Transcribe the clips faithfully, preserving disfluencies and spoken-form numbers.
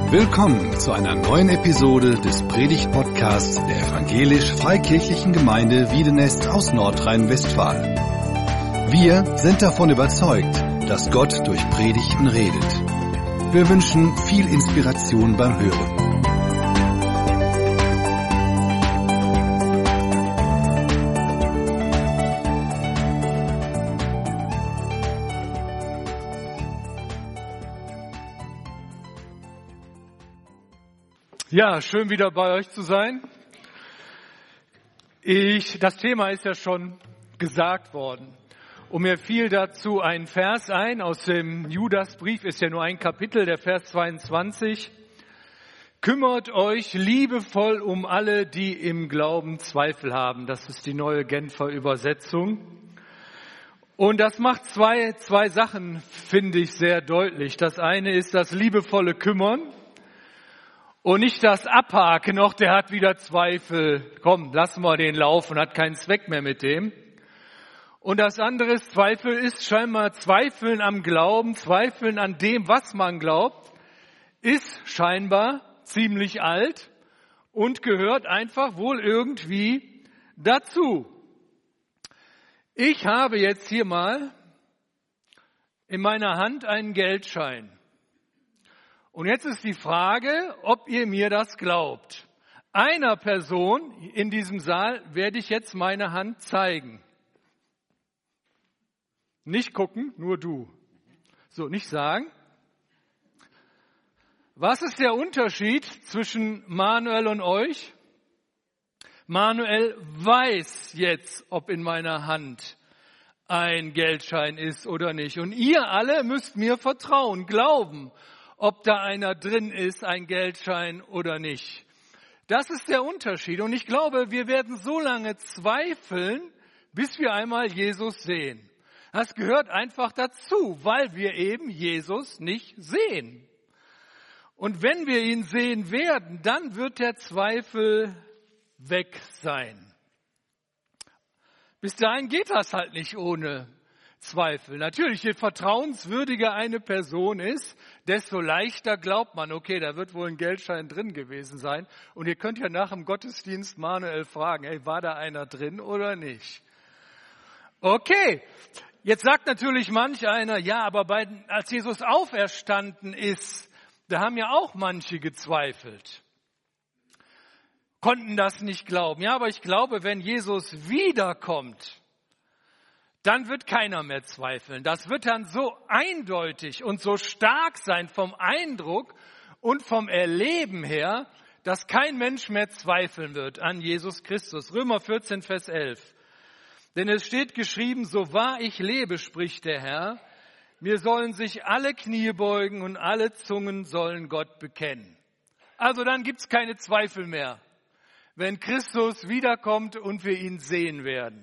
Willkommen zu einer neuen Episode des Predigt-Podcasts der Evangelisch-Freikirchlichen Gemeinde Wiedenest aus Nordrhein-Westfalen. Wir sind davon überzeugt, dass Gott durch Predigten redet. Wir wünschen viel Inspiration beim Hören. Ja, schön wieder bei euch zu sein. Ich, das Thema ist ja schon gesagt worden. Und mir fiel dazu ein Vers ein aus dem Judasbrief, ist ja nur ein Kapitel, der Vers zweiundzwanzig. Kümmert euch liebevoll um alle, die im Glauben Zweifel haben. Das ist die neue Genfer Übersetzung. Und das macht zwei, zwei Sachen, finde ich, sehr deutlich. Das eine ist das liebevolle Kümmern. Und nicht das Abhaken noch, der hat wieder Zweifel. Komm, lassen wir den laufen, hat keinen Zweck mehr mit dem. Und das andere ist, Zweifel ist scheinbar Zweifeln am Glauben, Zweifeln an dem, was man glaubt, ist scheinbar ziemlich alt und gehört einfach wohl irgendwie dazu. Ich habe jetzt hier mal in meiner Hand einen Geldschein. Und jetzt ist die Frage, ob ihr mir das glaubt. Einer Person in diesem Saal werde ich jetzt meine Hand zeigen. Nicht gucken, nur du. So, nicht sagen. Was ist der Unterschied zwischen Manuel und euch? Manuel weiß jetzt, ob in meiner Hand ein Geldschein ist oder nicht. Und ihr alle müsst mir vertrauen, glauben, ob da einer drin ist, ein Geldschein oder nicht. Das ist der Unterschied. Und ich glaube, wir werden so lange zweifeln, bis wir einmal Jesus sehen. Das gehört einfach dazu, weil wir eben Jesus nicht sehen. Und wenn wir ihn sehen werden, dann wird der Zweifel weg sein. Bis dahin geht das halt nicht ohne Zweifel. Natürlich, je vertrauenswürdiger eine Person ist, desto leichter glaubt man, okay, da wird wohl ein Geldschein drin gewesen sein. Und ihr könnt ja nach dem Gottesdienst Manuel fragen, hey, war da einer drin oder nicht? Okay, jetzt sagt natürlich manch einer, ja, aber bei, als Jesus auferstanden ist, da haben ja auch manche gezweifelt. Konnten das nicht glauben. Ja, aber ich glaube, wenn Jesus wiederkommt, dann wird keiner mehr zweifeln. Das wird dann so eindeutig und so stark sein vom Eindruck und vom Erleben her, dass kein Mensch mehr zweifeln wird an Jesus Christus. Römer vierzehn, Vers elf. Denn es steht geschrieben, so wahr ich lebe, spricht der Herr, mir sollen sich alle Knie beugen und alle Zungen sollen Gott bekennen. Also dann gibt's keine Zweifel mehr, wenn Christus wiederkommt und wir ihn sehen werden.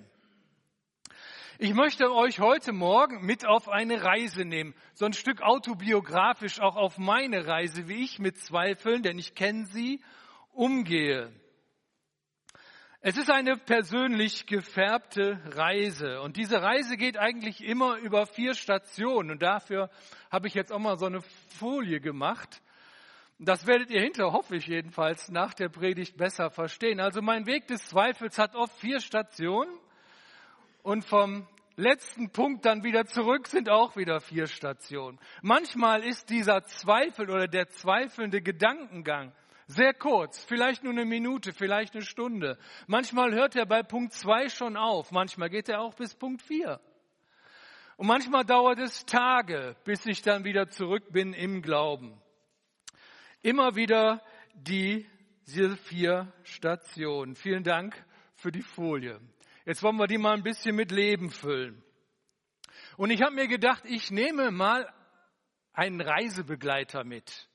Ich möchte euch heute Morgen mit auf eine Reise nehmen, so ein Stück autobiografisch auch auf meine Reise, wie ich mit Zweifeln, denn ich kenne sie, umgehe. Es ist eine persönlich gefärbte Reise und diese Reise geht eigentlich immer über vier Stationen und dafür habe ich jetzt auch mal so eine Folie gemacht. Das werdet ihr hinterher, hoffe ich jedenfalls, nach der Predigt besser verstehen. Also mein Weg des Zweifels hat oft vier Stationen. Und vom letzten Punkt dann wieder zurück sind auch wieder vier Stationen. Manchmal ist dieser Zweifel oder der zweifelnde Gedankengang sehr kurz, vielleicht nur eine Minute, vielleicht eine Stunde. Manchmal hört er bei Punkt zwei schon auf, manchmal geht er auch bis Punkt vier. Und manchmal dauert es Tage, bis ich dann wieder zurück bin im Glauben. Immer wieder die, diese vier Stationen. Vielen Dank für die Folie. Jetzt wollen wir die mal ein bisschen mit Leben füllen. Und ich habe mir gedacht, ich nehme mal einen Reisebegleiter mit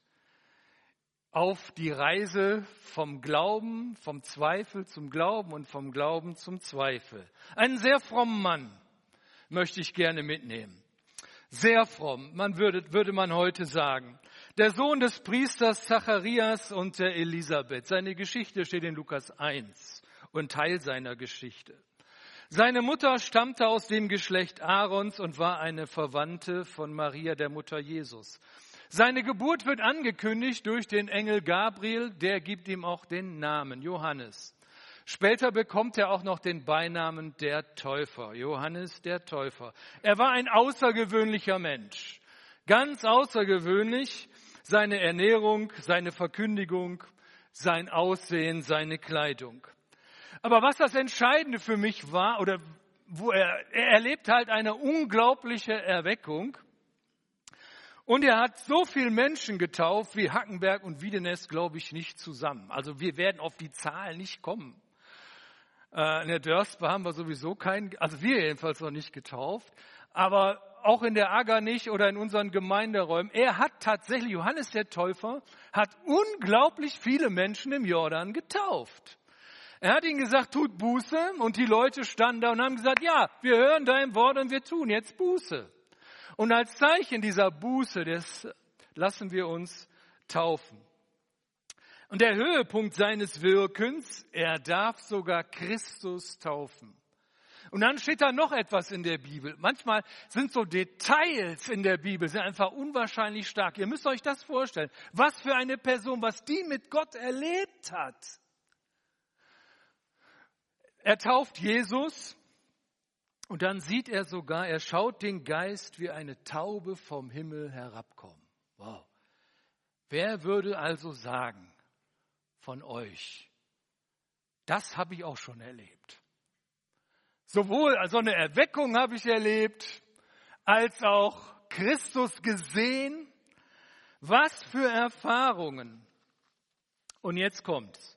auf die Reise vom Glauben, vom Zweifel zum Glauben und vom Glauben zum Zweifel. Einen sehr frommen Mann möchte ich gerne mitnehmen. Sehr fromm, man würde, würde man heute sagen. Der Sohn des Priesters Zacharias und der Elisabeth. Seine Geschichte steht in Lukas eins und Teil seiner Geschichte. Seine Mutter stammte aus dem Geschlecht Aarons und war eine Verwandte von Maria, der Mutter Jesus. Seine Geburt wird angekündigt durch den Engel Gabriel, der gibt ihm auch den Namen Johannes. Später bekommt er auch noch den Beinamen der Täufer, Johannes der Täufer. Er war ein außergewöhnlicher Mensch, ganz außergewöhnlich, seine Ernährung, seine Verkündigung, sein Aussehen, seine Kleidung. Aber was das Entscheidende für mich war, oder wo er, er erlebt halt eine unglaubliche Erweckung. Und er hat so viele Menschen getauft wie Hackenberg und Wiedenest, glaube ich, nicht zusammen. Also wir werden auf die Zahl nicht kommen. Äh, in der Dörspe haben wir sowieso keinen, also wir jedenfalls noch nicht getauft. Aber auch in der Agger nicht oder in unseren Gemeinderäumen. Er hat tatsächlich, Johannes der Täufer, hat unglaublich viele Menschen im Jordan getauft. Er hat ihnen gesagt, tut Buße, und die Leute standen da und haben gesagt, ja, wir hören dein Wort und wir tun jetzt Buße. Und als Zeichen dieser Buße, das lassen wir uns taufen. Und der Höhepunkt seines Wirkens, er darf sogar Christus taufen. Und dann steht da noch etwas in der Bibel. Manchmal sind so Details in der Bibel, sind einfach unwahrscheinlich stark. Ihr müsst euch das vorstellen. Was für eine Person, was die mit Gott erlebt hat. Er tauft Jesus und dann sieht er sogar, er schaut den Geist wie eine Taube vom Himmel herabkommen. Wow. Wer würde also sagen von euch, das habe ich auch schon erlebt. Sowohl also eine Erweckung habe ich erlebt, als auch Christus gesehen. Was für Erfahrungen. Und jetzt kommt's.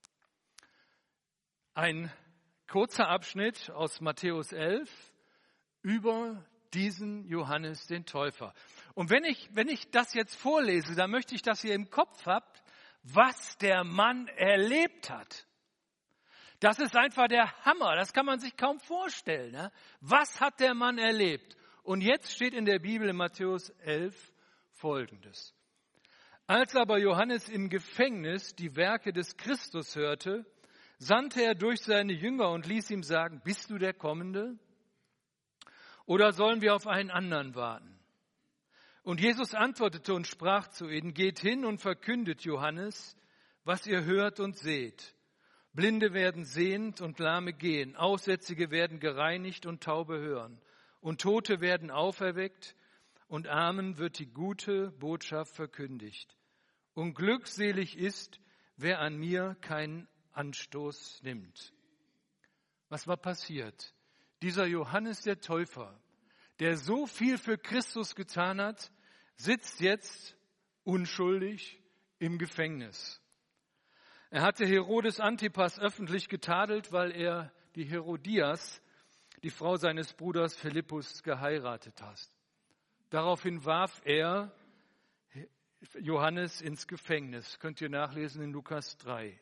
Ein kurzer Abschnitt aus Matthäus elf über diesen Johannes den Täufer. Und wenn ich, wenn ich das jetzt vorlese, dann möchte ich, dass ihr im Kopf habt, was der Mann erlebt hat. Das ist einfach der Hammer, das kann man sich kaum vorstellen. Ne? Was hat der Mann erlebt? Und jetzt steht in der Bibel in Matthäus elf Folgendes. Als aber Johannes im Gefängnis die Werke des Christus hörte, sandte er durch seine Jünger und ließ ihm sagen, bist du der Kommende? Oder sollen wir auf einen anderen warten? Und Jesus antwortete und sprach zu ihnen, geht hin und verkündet Johannes, was ihr hört und seht. Blinde werden sehend und Lahme gehen, Aussätzige werden gereinigt und Taube hören. Und Tote werden auferweckt und Armen wird die gute Botschaft verkündigt. Und glückselig ist, wer an mir keinen Anstoß nimmt. Was war passiert? Dieser Johannes der Täufer, der so viel für Christus getan hat, sitzt jetzt unschuldig im Gefängnis. Er hatte Herodes Antipas öffentlich getadelt, weil er die Herodias, die Frau seines Bruders Philippus, geheiratet hat. Daraufhin warf er Johannes ins Gefängnis. Könnt ihr nachlesen in Lukas drei.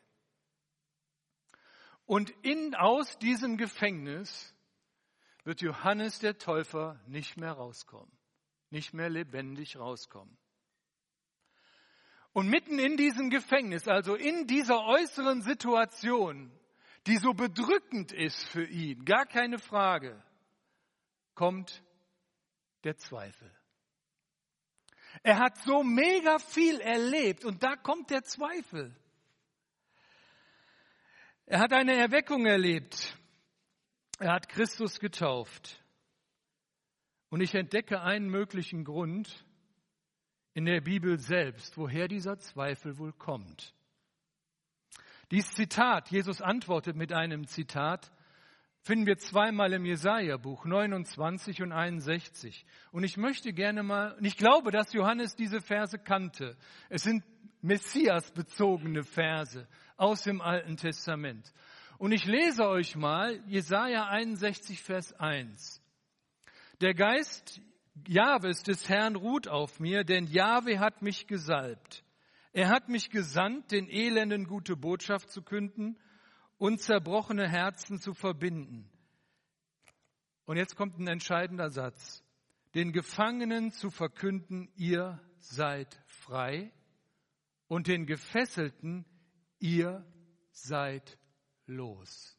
Und in, aus diesem Gefängnis wird Johannes der Täufer nicht mehr rauskommen, nicht mehr lebendig rauskommen. Und mitten in diesem Gefängnis, also in dieser äußeren Situation, die so bedrückend ist für ihn, gar keine Frage, kommt der Zweifel. Er hat so mega viel erlebt und da kommt der Zweifel. Er hat eine Erweckung erlebt. Er hat Christus getauft. Und ich entdecke einen möglichen Grund in der Bibel selbst, woher dieser Zweifel wohl kommt. Dieses Zitat, Jesus antwortet mit einem Zitat, finden wir zweimal im Jesaja-Buch, neunundzwanzig und einundsechzig. Und ich möchte gerne mal, und ich glaube, dass Johannes diese Verse kannte. Es sind Messias-bezogene Verse aus dem Alten Testament. Und ich lese euch mal Jesaja einundsechzig, Vers eins. Der Geist Jahwes des Herrn ruht auf mir, denn Jahwe hat mich gesalbt. Er hat mich gesandt, den Elenden gute Botschaft zu künden und zerbrochene Herzen zu verbinden. Und jetzt kommt ein entscheidender Satz. Den Gefangenen zu verkünden, ihr seid frei, und den Gefesselten, ihr seid los.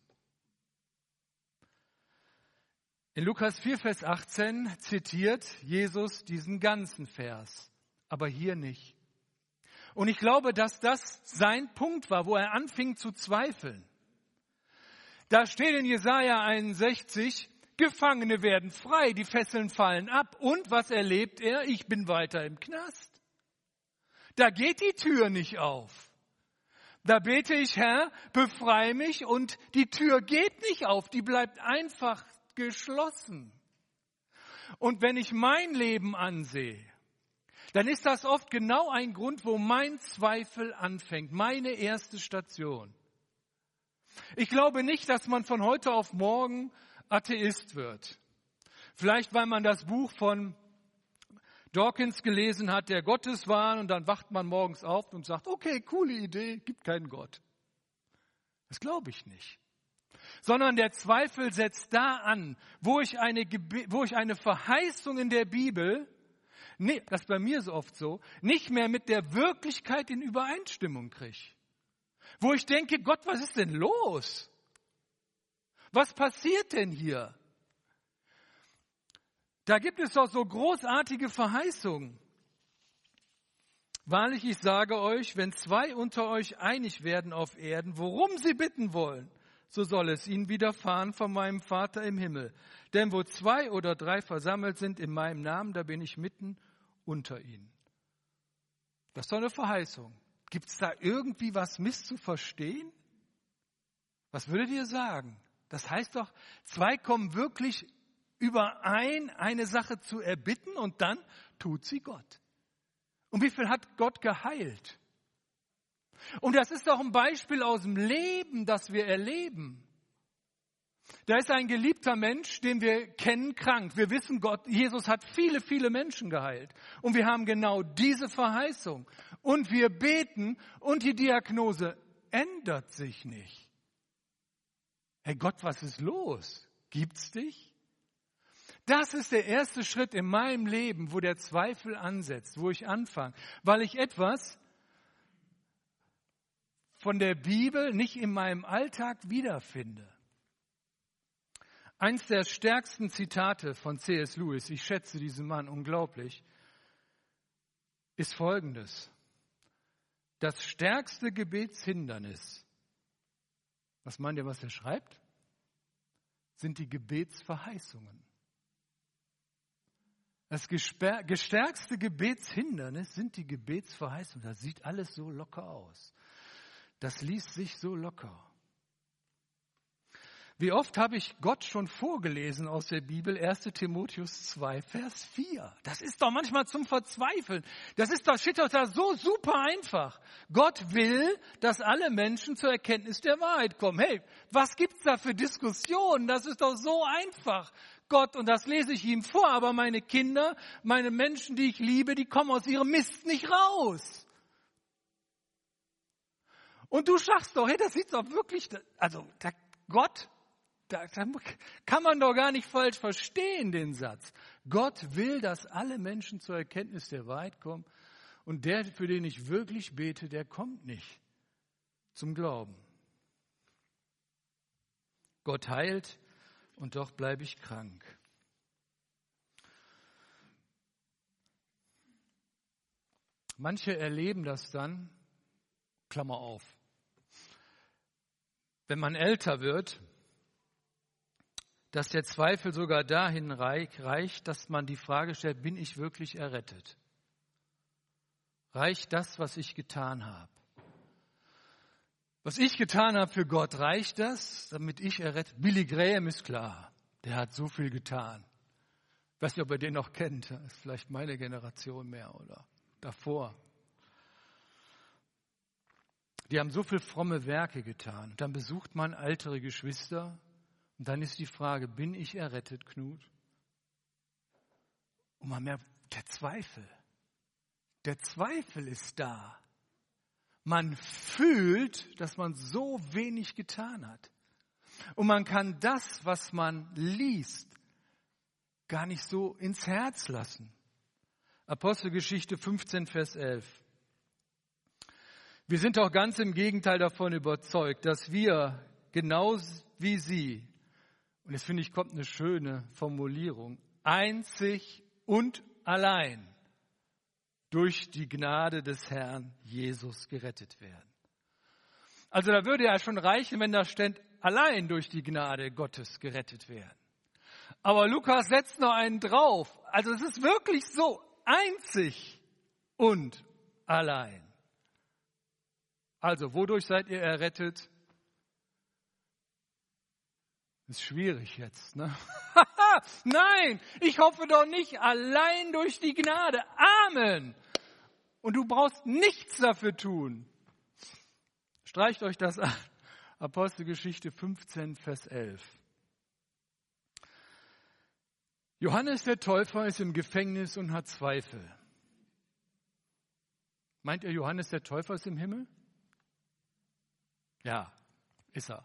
In Lukas vier, Vers achtzehn zitiert Jesus diesen ganzen Vers. aber hier nicht. Und ich glaube, dass das sein Punkt war, wo er anfing zu zweifeln. Da steht in Jesaja einundsechzig, Gefangene werden frei, die Fesseln fallen ab. Und was erlebt er? Ich bin weiter im Knast. Da geht die Tür nicht auf. Da bete ich, Herr, befreie mich, und die Tür geht nicht auf, die bleibt einfach geschlossen. Und wenn ich mein Leben ansehe, dann ist das oft genau ein Grund, wo mein Zweifel anfängt, meine erste Station. Ich glaube nicht, dass man von heute auf morgen Atheist wird. Vielleicht, weil man das Buch von Dawkins gelesen hat, der Gotteswahn, und dann wacht man morgens auf und sagt, okay, coole Idee, gibt keinen Gott. Das glaube ich nicht. Sondern der Zweifel setzt da an, wo ich eine, wo ich eine Verheißung in der Bibel, nee, das ist bei mir so oft so, nicht mehr mit der Wirklichkeit in Übereinstimmung kriege. Wo ich denke, Gott, was ist denn los? Was passiert denn hier? Da gibt es doch so großartige Verheißungen. Wahrlich, ich sage euch, wenn zwei unter euch einig werden auf Erden, worum sie bitten wollen, so soll es ihnen widerfahren von meinem Vater im Himmel. Denn wo zwei oder drei versammelt sind in meinem Namen, da bin ich mitten unter ihnen. Das ist doch eine Verheißung. Gibt es da irgendwie was misszuverstehen? Was würdet ihr sagen? Das heißt doch, zwei kommen wirklich überein, eine Sache zu erbitten, und dann tut sie Gott. Und wie viel hat Gott geheilt? Und das ist doch ein Beispiel aus dem Leben, das wir erleben. Da ist ein geliebter Mensch, den wir kennen, krank. Wir wissen, Gott, Jesus hat viele, viele Menschen geheilt. Und wir haben genau diese Verheißung. Und wir beten, und die Diagnose ändert sich nicht. Hey Gott, was ist los? Gibt's dich? Das ist der erste Schritt in meinem Leben, wo der Zweifel ansetzt, wo ich anfange, weil ich etwas von der Bibel nicht in meinem Alltag wiederfinde. Eins der stärksten Zitate von C S Lewis, ich schätze diesen Mann unglaublich, ist folgendes: Das stärkste Gebetshindernis, was meint ihr, was er schreibt? Sind die Gebetsverheißungen. Das gestärkste Gebetshindernis sind die Gebetsverheißungen. Das sieht alles so locker aus. Das liest sich so locker. Wie oft habe ich Gott schon vorgelesen aus der Bibel, erster Timotheus zwei, Vers vier. Das ist doch manchmal zum Verzweifeln. Das ist doch, steht doch da so super einfach. Gott will, dass alle Menschen zur Erkenntnis der Wahrheit kommen. Hey, was gibt's da für Diskussionen? Das ist doch so einfach. Gott, und das lese ich ihm vor, aber meine Kinder, meine Menschen, die ich liebe, die kommen aus ihrem Mist nicht raus. Und du sagst doch, hey, das sieht doch wirklich, also der Gott, da, da kann man doch gar nicht falsch verstehen, den Satz. Gott will, dass alle Menschen zur Erkenntnis der Wahrheit kommen, und der, für den ich wirklich bete, der kommt nicht zum Glauben. Gott heilt, und doch bleibe ich krank. Manche erleben das dann, Klammer auf, wenn man älter wird, dass der Zweifel sogar dahin reicht, dass man die Frage stellt, bin ich wirklich errettet? Reicht das, was ich getan habe? Was ich getan habe für Gott, reicht das, damit ich errettet? Billy Graham ist klar, der hat so viel getan. Ich weiß nicht, ob ihr den noch kennt, das ist vielleicht meine Generation mehr oder davor. Die haben so viel fromme Werke getan. Und dann besucht man ältere Geschwister, und dann ist die Frage, bin ich errettet, Knut? Und man merkt, der Zweifel, der Zweifel ist da. Man fühlt, dass man so wenig getan hat. Und man kann das, was man liest, gar nicht so ins Herz lassen. Apostelgeschichte fünfzehn, Vers elf. Wir sind auch ganz im Gegenteil davon überzeugt, dass wir genau wie Sie, und jetzt finde ich, kommt eine schöne Formulierung, einzig und allein durch die Gnade des Herrn Jesus gerettet werden. Also da würde ja schon reichen, wenn da steht, allein durch die Gnade Gottes gerettet werden. Aber Lukas setzt noch einen drauf. Also es ist wirklich so einzig und allein. Also wodurch seid ihr errettet? Ist schwierig jetzt, ne? Nein, ich hoffe doch nicht allein durch die Gnade. Amen. Und du brauchst nichts dafür tun. Streicht euch das an. Apostelgeschichte fünfzehn, Vers elf. Johannes der Täufer ist im Gefängnis und hat Zweifel. Meint ihr, Johannes der Täufer ist im Himmel? Ja, ist er.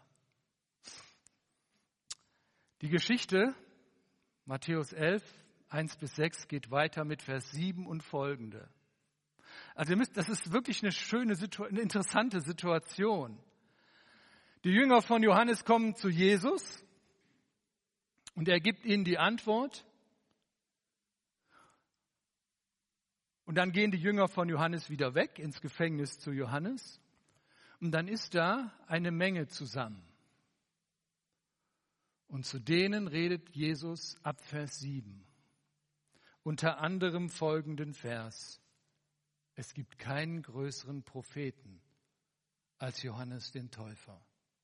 Die Geschichte, Matthäus elf, eins bis sechs, geht weiter mit Vers sieben und folgende. Also ihr müsst, das ist wirklich eine schöne, eine interessante Situation. Die Jünger von Johannes kommen zu Jesus und er gibt ihnen die Antwort. Und dann gehen die Jünger von Johannes wieder weg ins Gefängnis zu Johannes. Und dann ist da eine Menge zusammen. Und zu denen redet Jesus ab Vers sieben. Unter anderem folgenden Vers. Es gibt keinen größeren Propheten als Johannes den Täufer.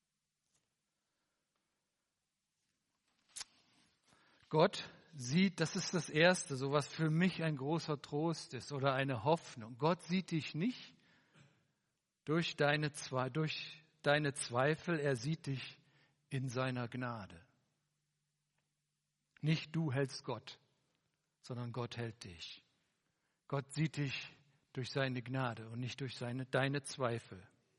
Gott sieht, das ist das Erste, so was für mich ein großer Trost ist oder eine Hoffnung. Gott sieht dich nicht durch deine, durch deine Zweifel, er sieht dich in seiner Gnade. Nicht du hältst Gott, sondern Gott hält dich. Gott sieht dich durch seine Gnade und nicht durch seine, deine Zweifel.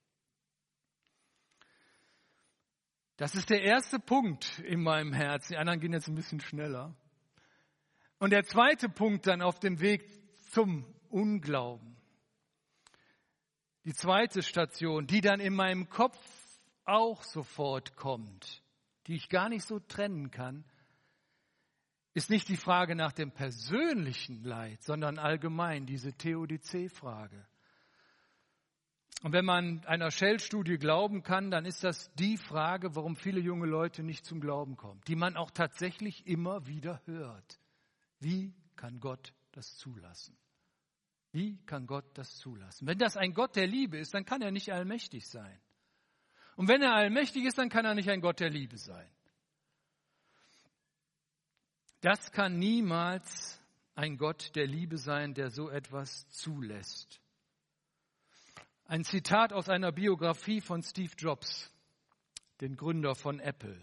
Das ist der erste Punkt in meinem Herzen. Die anderen gehen jetzt ein bisschen schneller. Und der zweite Punkt dann auf dem Weg zum Unglauben. Die zweite Station, die dann in meinem Kopf auch sofort kommt, die ich gar nicht so trennen kann, ist nicht die Frage nach dem persönlichen Leid, sondern allgemein diese Theodizee-Frage. Und wenn man einer Shell-Studie glauben kann, dann ist das die Frage, warum viele junge Leute nicht zum Glauben kommen, die man auch tatsächlich immer wieder hört. Wie kann Gott das zulassen? Wie kann Gott das zulassen? Wenn das ein Gott der Liebe ist, dann kann er nicht allmächtig sein. Und wenn er allmächtig ist, dann kann er nicht ein Gott der Liebe sein. Das kann niemals ein Gott der Liebe sein, der so etwas zulässt. Ein Zitat aus einer Biografie von Steve Jobs, den Gründer von Apple.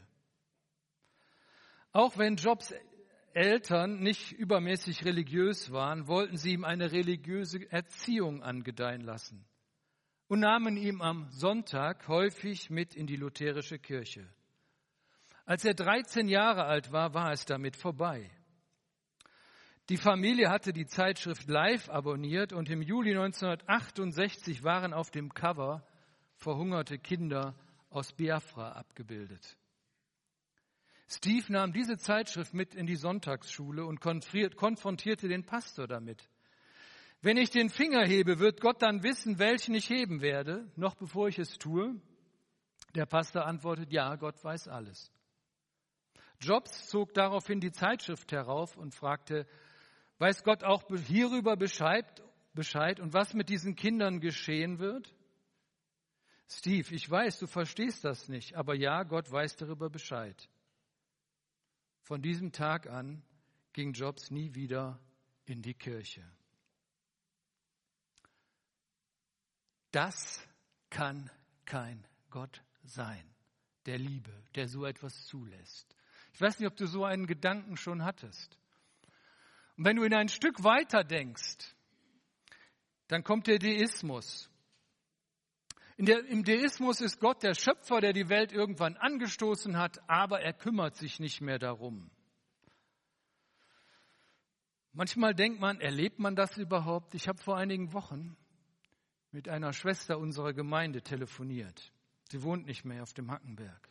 Auch wenn Jobs Eltern nicht übermäßig religiös waren, wollten sie ihm eine religiöse Erziehung angedeihen lassen und nahmen ihn am Sonntag häufig mit in die lutherische Kirche. Als er dreizehn Jahre alt war, war es damit vorbei. Die Familie hatte die Zeitschrift Life abonniert und im Juli neunzehnhundertachtundsechzig waren auf dem Cover verhungerte Kinder aus Biafra abgebildet. Steve nahm diese Zeitschrift mit in die Sonntagsschule und konfrontierte den Pastor damit. Wenn ich den Finger hebe, wird Gott dann wissen, welchen ich heben werde, noch bevor ich es tue? Der Pastor antwortet, ja, Gott weiß alles. Jobs zog daraufhin die Zeitschrift herauf und fragte, weiß Gott auch hierüber Bescheid, Bescheid und was mit diesen Kindern geschehen wird? Steve, ich weiß, du verstehst das nicht, aber ja, Gott weiß darüber Bescheid. Von diesem Tag an ging Jobs nie wieder in die Kirche. Das kann kein Gott sein, der Liebe, der so etwas zulässt. Ich weiß nicht, ob du so einen Gedanken schon hattest. Und wenn du in ein Stück weiter denkst, dann kommt der Deismus. In der, Im Deismus ist Gott der Schöpfer, der die Welt irgendwann angestoßen hat, aber er kümmert sich nicht mehr darum. Manchmal denkt man, erlebt man das überhaupt? Ich habe vor einigen Wochen mit einer Schwester unserer Gemeinde telefoniert. Sie wohnt nicht mehr auf dem Hackenberg.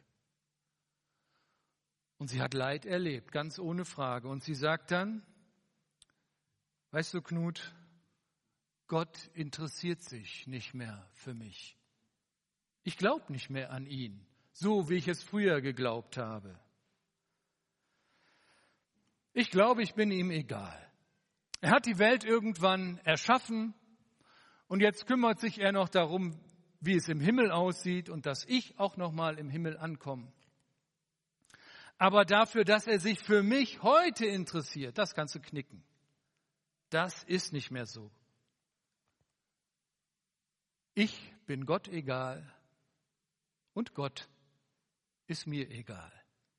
Und sie hat Leid erlebt, ganz ohne Frage. Und sie sagt dann, weißt du, Knut, Gott interessiert sich nicht mehr für mich. Ich glaube nicht mehr an ihn, so wie ich es früher geglaubt habe. Ich glaube, ich bin ihm egal. Er hat die Welt irgendwann erschaffen und jetzt kümmert sich er noch darum, wie es im Himmel aussieht und dass ich auch noch mal im Himmel ankomme. Aber dafür, dass er sich für mich heute interessiert, das kannst du knicken. Das ist nicht mehr so. Ich bin Gott egal und Gott ist mir egal.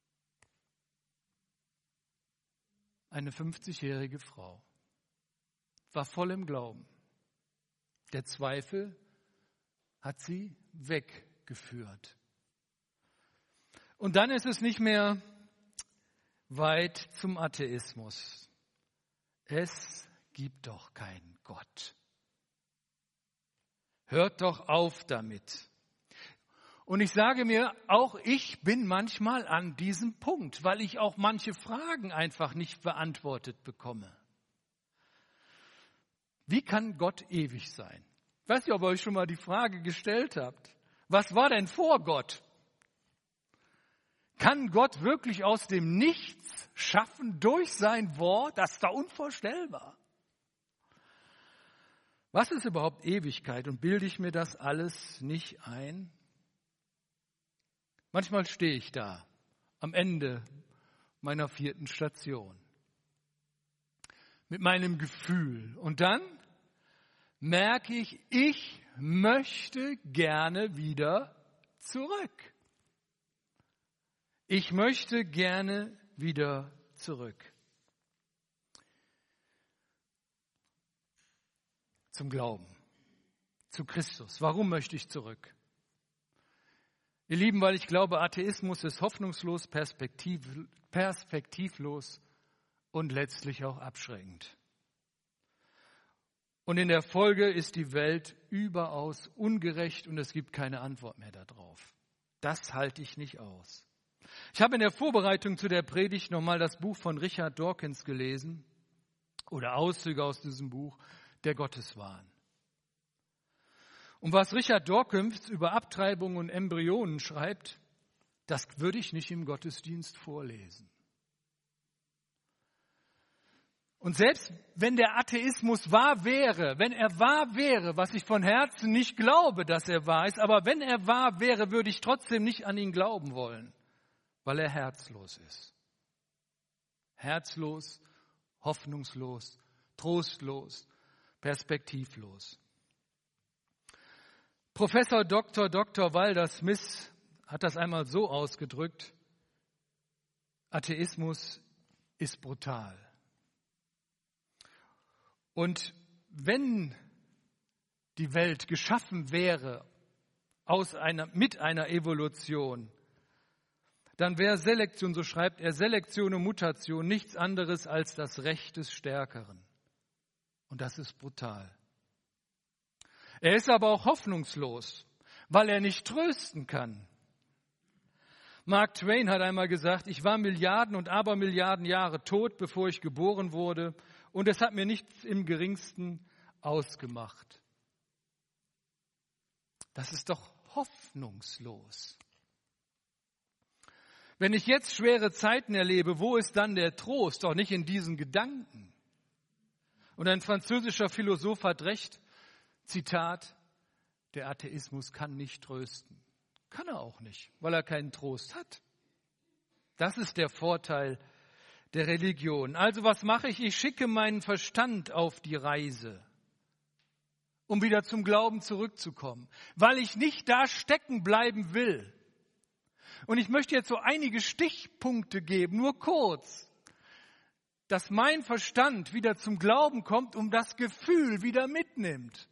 Eine fünfzigjährige Frau war voll im Glauben. Der Zweifel hat sie weggeführt. Und dann ist es nicht mehr weit zum Atheismus. Es gibt doch keinen Gott. Hört doch auf damit. Und ich sage mir, auch ich bin manchmal an diesem Punkt, weil ich auch manche Fragen einfach nicht beantwortet bekomme. Wie kann Gott ewig sein? Ich weiß nicht, ob ihr euch schon mal die Frage gestellt habt. Was war denn vor Gott? Kann Gott wirklich aus dem Nichts schaffen durch sein Wort? Das ist doch unvorstellbar. Was ist überhaupt Ewigkeit und bilde ich mir das alles nicht ein? Manchmal stehe ich da am Ende meiner vierten Station mit meinem Gefühl und dann merke ich, ich möchte gerne wieder zurück. Ich möchte gerne wieder zurück. Zum Glauben, zu Christus. Warum möchte ich zurück? Ihr Lieben, weil ich glaube, Atheismus ist hoffnungslos, perspektiv, perspektivlos und letztlich auch abschreckend. Und in der Folge ist die Welt überaus ungerecht und es gibt keine Antwort mehr darauf. Das halte ich nicht aus. Ich habe in der Vorbereitung zu der Predigt nochmal das Buch von Richard Dawkins gelesen oder Auszüge aus diesem Buch, der Gotteswahn. Und was Richard Dawkins über Abtreibung und Embryonen schreibt, das würde ich nicht im Gottesdienst vorlesen. Und selbst wenn der Atheismus wahr wäre, wenn er wahr wäre, was ich von Herzen nicht glaube, dass er wahr ist, aber wenn er wahr wäre, würde ich trotzdem nicht an ihn glauben wollen, weil er herzlos ist. Herzlos, hoffnungslos, trostlos, perspektivlos. Professor Doktor Doktor Walter Smith hat das einmal so ausgedrückt: Atheismus ist brutal. Und wenn die Welt geschaffen wäre aus einer, mit einer Evolution, dann wäre Selektion, so schreibt er, Selektion und Mutation nichts anderes als das Recht des Stärkeren. Und das ist brutal. Er ist aber auch hoffnungslos, weil er nicht trösten kann. Mark Twain hat einmal gesagt, ich war Milliarden und Abermilliarden Jahre tot, bevor ich geboren wurde, und es hat mir nichts im Geringsten ausgemacht. Das ist doch hoffnungslos. Wenn ich jetzt schwere Zeiten erlebe, wo ist dann der Trost? Doch nicht in diesen Gedanken. Und ein französischer Philosoph hat recht, Zitat, der Atheismus kann nicht trösten. Kann er auch nicht, weil er keinen Trost hat. Das ist der Vorteil der Religion. Also was mache ich? Ich schicke meinen Verstand auf die Reise, um wieder zum Glauben zurückzukommen, weil ich nicht da stecken bleiben will. Und ich möchte jetzt so einige Stichpunkte geben, nur kurz, dass mein Verstand wieder zum Glauben kommt und das Gefühl wieder mitnimmt.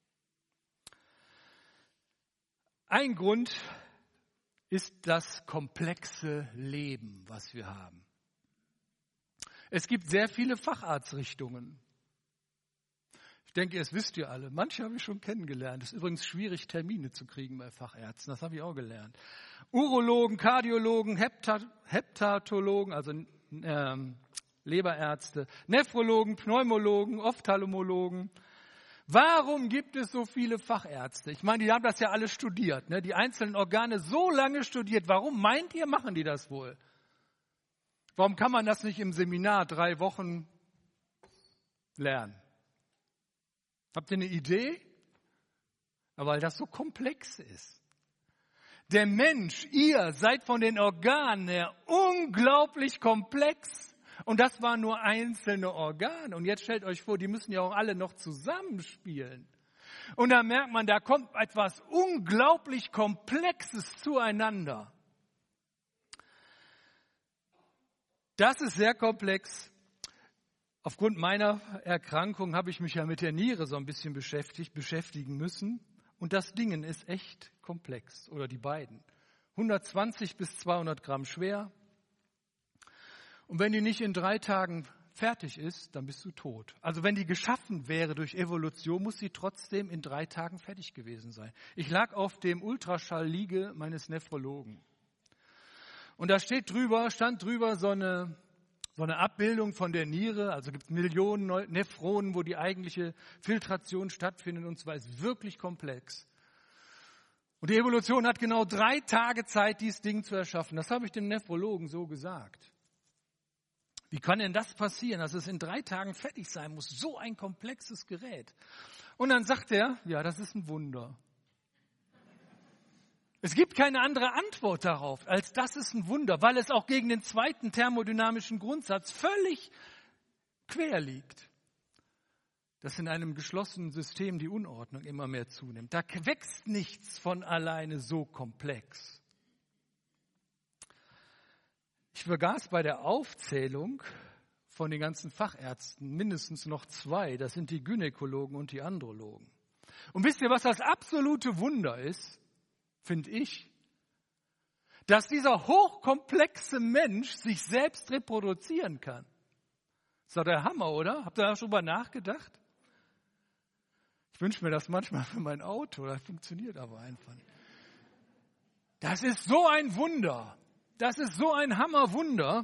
Ein Grund ist das komplexe Leben, was wir haben. Es gibt sehr viele Facharztrichtungen. Ich denke, das wisst ihr alle. Manche habe ich schon kennengelernt. Es ist übrigens schwierig, Termine zu kriegen bei Fachärzten. Das habe ich auch gelernt. Urologen, Kardiologen, Heptat- Heptatologen, also ähm, Leberärzte, Nephrologen, Pneumologen, Ophthalmologen, Warum gibt es so viele Fachärzte? Ich meine, die haben das ja alle studiert, ne? Die einzelnen Organe so lange studiert. Warum meint ihr, machen die das wohl? Warum kann man das nicht im Seminar drei Wochen lernen? Habt ihr eine Idee? Aber weil das so komplex ist. Der Mensch, ihr seid von den Organen her unglaublich komplex. Und das waren nur einzelne Organe. Und jetzt stellt euch vor, die müssen ja auch alle noch zusammenspielen. Und da merkt man, da kommt etwas unglaublich Komplexes zueinander. Das ist sehr komplex. Aufgrund meiner Erkrankung habe ich mich ja mit der Niere so ein bisschen beschäftigt, beschäftigen müssen. Und das Ding ist echt komplex, oder die beiden. hundertzwanzig bis zweihundert Gramm schwer. Und wenn die nicht in drei Tagen fertig ist, dann bist du tot. Also wenn die geschaffen wäre durch Evolution, muss sie trotzdem in drei Tagen fertig gewesen sein. Ich lag auf dem Ultraschallliege meines Nephrologen. Und da steht drüber, stand drüber so eine, so eine Abbildung von der Niere. Also gibt es Millionen Nephronen, wo die eigentliche Filtration stattfindet. Und zwar ist es wirklich komplex. Und die Evolution hat genau drei Tage Zeit, dieses Ding zu erschaffen. Das habe ich dem Nephrologen so gesagt. Wie kann denn das passieren, dass es in drei Tagen fertig sein muss? So ein komplexes Gerät. Und dann sagt er, ja, das ist ein Wunder. Es gibt keine andere Antwort darauf, als das ist ein Wunder, weil es auch gegen den zweiten thermodynamischen Grundsatz völlig quer liegt. Dass in einem geschlossenen System die Unordnung immer mehr zunimmt. Da wächst nichts von alleine so komplex. Ich vergaß bei der Aufzählung von den ganzen Fachärzten mindestens noch zwei. Das sind die Gynäkologen und die Andrologen. Und wisst ihr, was das absolute Wunder ist, finde ich? Dass dieser hochkomplexe Mensch sich selbst reproduzieren kann. Ist doch der Hammer, oder? Habt ihr da schon mal nachgedacht? Ich wünsche mir das manchmal für mein Auto. Das funktioniert aber einfach nicht. Das ist so ein Wunder. Das ist so ein Hammerwunder.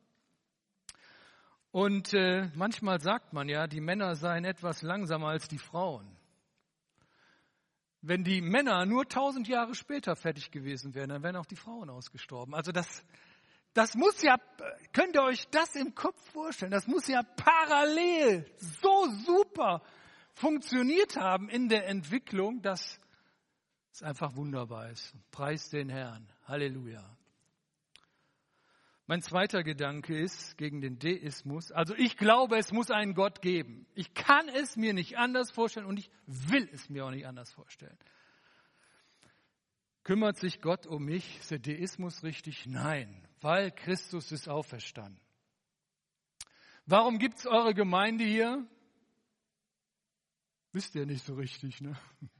Und äh, manchmal sagt man ja, die Männer seien etwas langsamer als die Frauen. Wenn die Männer nur tausend Jahre später fertig gewesen wären, dann wären auch die Frauen ausgestorben. Also das, das muss ja, könnt ihr euch das im Kopf vorstellen, das muss ja parallel so super funktioniert haben in der Entwicklung, dass es einfach wunderbar ist. Preis den Herrn. Halleluja. Mein zweiter Gedanke ist gegen den Deismus. Also ich glaube, es muss einen Gott geben. Ich kann es mir nicht anders vorstellen und ich will es mir auch nicht anders vorstellen. Kümmert sich Gott um mich? Ist der Deismus richtig? Nein, weil Christus ist auferstanden. Warum gibt es eure Gemeinde hier? Wisst ihr nicht so richtig, ne?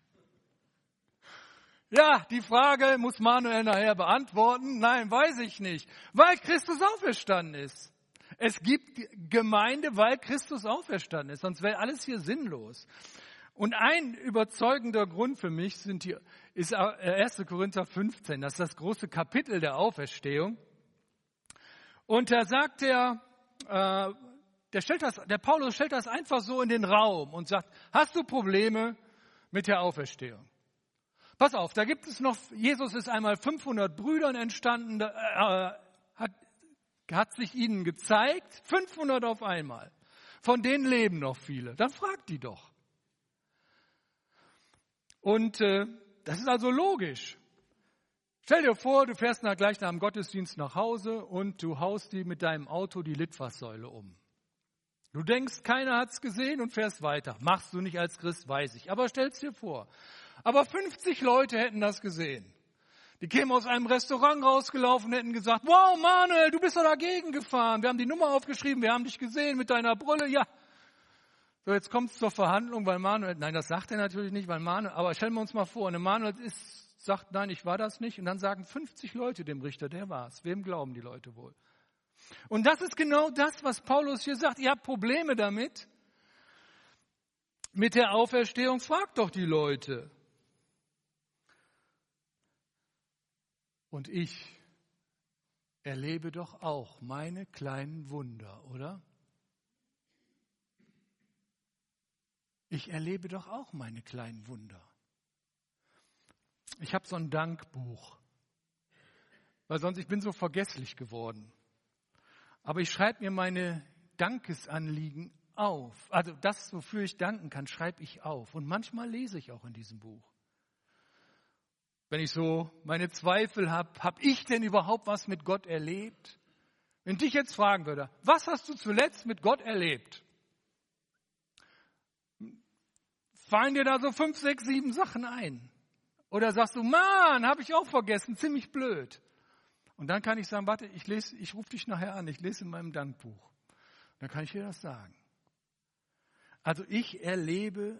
Ja, die Frage muss Manuel nachher beantworten. Nein, weiß ich nicht. Weil Christus auferstanden ist. Es gibt Gemeinde, weil Christus auferstanden ist. Sonst wäre alles hier sinnlos. Und ein überzeugender Grund für mich sind die, ist erster Korinther fünfzehn. Das ist das große Kapitel der Auferstehung. Und da sagt er, äh, der, stellt das, der Paulus stellt das einfach so in den Raum und sagt, hast du Probleme mit der Auferstehung? Pass auf, da gibt es noch, Jesus ist einmal fünfhundert Brüdern entstanden, äh, hat, hat sich ihnen gezeigt, fünfhundert auf einmal. Von denen leben noch viele. Dann fragt die doch. Und äh, das ist also logisch. Stell dir vor, du fährst nach, gleich nach dem Gottesdienst nach Hause und du haust die mit deinem Auto die Litfaßsäule um. Du denkst, keiner hat's gesehen und fährst weiter. Machst du nicht als Christ, weiß ich. Aber stell's dir vor. Aber fünfzig Leute hätten das gesehen. Die kämen aus einem Restaurant rausgelaufen und hätten gesagt, wow, Manuel, du bist doch dagegen gefahren. Wir haben die Nummer aufgeschrieben, wir haben dich gesehen mit deiner Brille. Ja, so jetzt kommt es zur Verhandlung, weil Manuel, nein, das sagt er natürlich nicht, weil Manuel, aber stellen wir uns mal vor, eine Manuel ist, sagt, nein, ich war das nicht. Und dann sagen fünfzig Leute dem Richter, der war's. Wem glauben die Leute wohl? Und das ist genau das, was Paulus hier sagt. Ihr habt Probleme damit, mit der Auferstehung, fragt doch die Leute. Und ich erlebe doch auch meine kleinen Wunder, oder? Ich erlebe doch auch meine kleinen Wunder. Ich habe so ein Dankbuch, weil sonst ich bin so vergesslich geworden. Aber ich schreibe mir meine Dankesanliegen auf. Also das, wofür ich danken kann, schreibe ich auf. Und manchmal lese ich auch in diesem Buch. Wenn ich so meine Zweifel habe, habe ich denn überhaupt was mit Gott erlebt? Wenn ich dich jetzt fragen würde, was hast du zuletzt mit Gott erlebt? Fallen dir da so fünf, sechs, sieben Sachen ein? Oder sagst du, Mann, habe ich auch vergessen, ziemlich blöd. Und dann kann ich sagen, warte, ich lese, ich rufe dich nachher an, ich lese in meinem Dankbuch. Dann kann ich dir das sagen. Also ich erlebe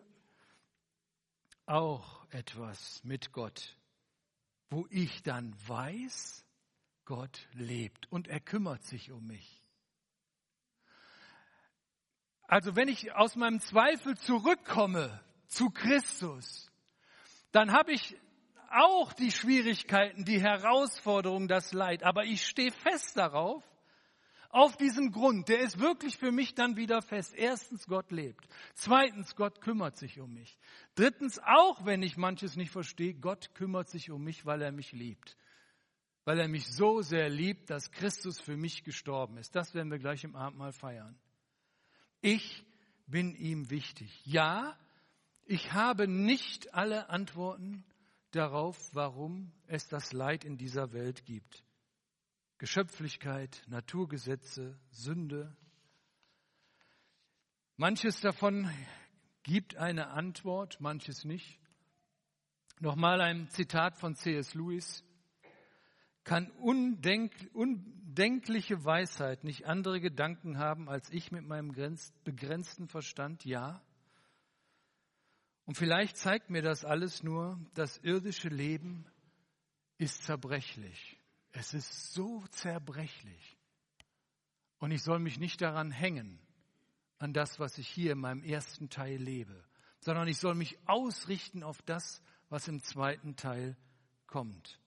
auch etwas mit Gott, wo ich dann weiß, Gott lebt und er kümmert sich um mich. Also wenn ich aus meinem Zweifel zurückkomme zu Christus, dann habe ich auch die Schwierigkeiten, die Herausforderungen, das Leid. Aber ich stehe fest darauf, auf diesem Grund, der ist wirklich für mich dann wieder fest. Erstens, Gott lebt. Zweitens, Gott kümmert sich um mich. Drittens, auch wenn ich manches nicht verstehe, Gott kümmert sich um mich, weil er mich liebt. Weil er mich so sehr liebt, dass Christus für mich gestorben ist. Das werden wir gleich im Abendmahl feiern. Ich bin ihm wichtig. Ja, ich habe nicht alle Antworten darauf, warum es das Leid in dieser Welt gibt. Geschöpflichkeit, Naturgesetze, Sünde. Manches davon gibt eine Antwort, manches nicht. Nochmal ein Zitat von C S Lewis. Kann undenk, undenkliche Weisheit nicht andere Gedanken haben, als ich mit meinem begrenzten Verstand? Ja. Und vielleicht zeigt mir das alles nur, das irdische Leben ist zerbrechlich. Es ist so zerbrechlich. Und ich soll mich nicht daran hängen, an das, was ich hier in meinem ersten Teil lebe, sondern ich soll mich ausrichten auf das, was im zweiten Teil kommt.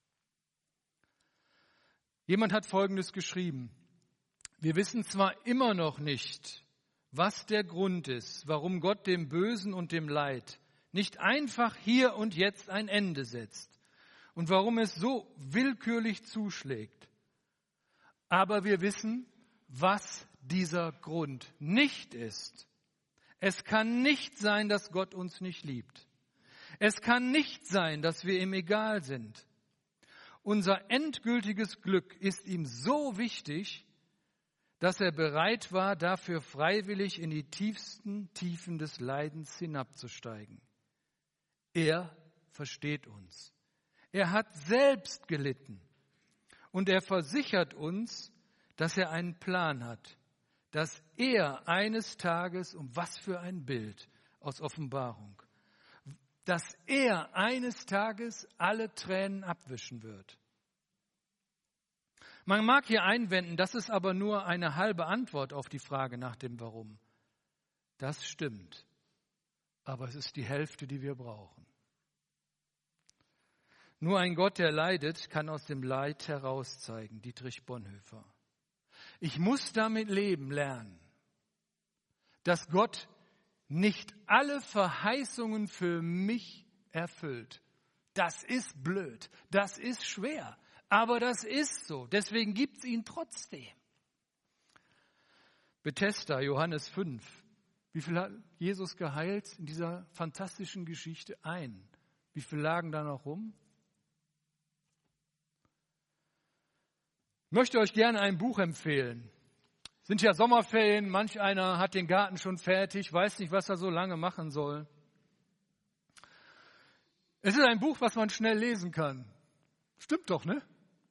Jemand hat Folgendes geschrieben. Wir wissen zwar immer noch nicht, was der Grund ist, warum Gott dem Bösen und dem Leid nicht einfach hier und jetzt ein Ende setzt und warum es so willkürlich zuschlägt. Aber wir wissen, was dieser Grund nicht ist. Es kann nicht sein, dass Gott uns nicht liebt. Es kann nicht sein, dass wir ihm egal sind. Unser endgültiges Glück ist ihm so wichtig, dass er bereit war, dafür freiwillig in die tiefsten Tiefen des Leidens hinabzusteigen. Er versteht uns. Er hat selbst gelitten und er versichert uns, dass er einen Plan hat, dass er eines Tages, um was für ein Bild aus Offenbarung, dass er eines Tages alle Tränen abwischen wird. Man mag hier einwenden, das ist aber nur eine halbe Antwort auf die Frage nach dem Warum. Das stimmt, aber es ist die Hälfte, die wir brauchen. Nur ein Gott, der leidet, kann aus dem Leid herauszeigen, Dietrich Bonhoeffer. Ich muss damit leben lernen, dass Gott nicht alle Verheißungen für mich erfüllt. Das ist blöd, das ist schwer, aber das ist so. Deswegen gibt es ihn trotzdem. Bethesda, Johannes fünf. Wie viel hat Jesus geheilt in dieser fantastischen Geschichte? Ein. Wie viel lagen da noch rum? Ich möchte euch gerne ein Buch empfehlen. Sind ja Sommerferien, manch einer hat den Garten schon fertig, weiß nicht, was er so lange machen soll. Es ist ein Buch, was man schnell lesen kann. Stimmt doch, ne?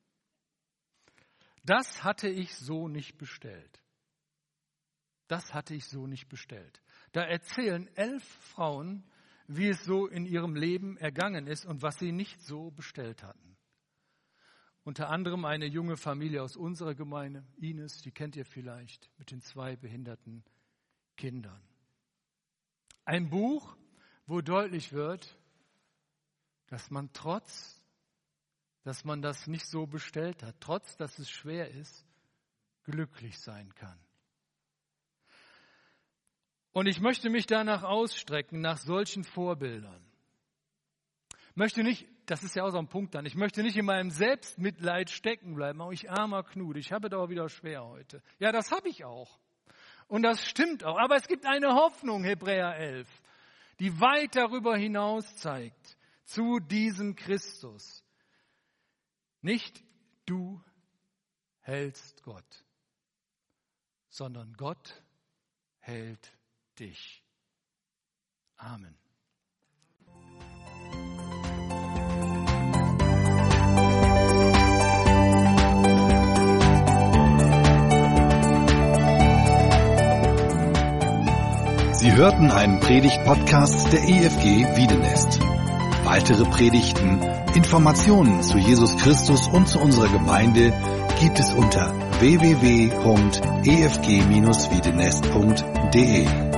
Das hatte ich so nicht bestellt. Das hatte ich so nicht bestellt. Da erzählen elf Frauen, wie es so in ihrem Leben ergangen ist und was sie nicht so bestellt hatten. Unter anderem eine junge Familie aus unserer Gemeinde, Ines, die kennt ihr vielleicht, mit den zwei behinderten Kindern. Ein Buch, wo deutlich wird, dass man trotz, dass man das nicht so bestellt hat, trotz, dass es schwer ist, glücklich sein kann. Und ich möchte mich danach ausstrecken, nach solchen Vorbildern. Möchte nicht, das ist ja auch so ein Punkt dann, ich möchte nicht in meinem Selbstmitleid stecken bleiben. Oh, ich armer Knut, ich habe es aber wieder schwer heute. Ja, das habe ich auch. Und das stimmt auch. Aber es gibt eine Hoffnung, Hebräer elf, die weit darüber hinaus zeigt, zu diesem Christus. Nicht du hältst Gott, sondern Gott hält dich. Amen. Sie hörten einen Predigt-Podcast der E F G Wiedenest. Weitere Predigten, Informationen zu Jesus Christus und zu unserer Gemeinde gibt es unter w w w punkt e f g dash wiedenest punkt d e.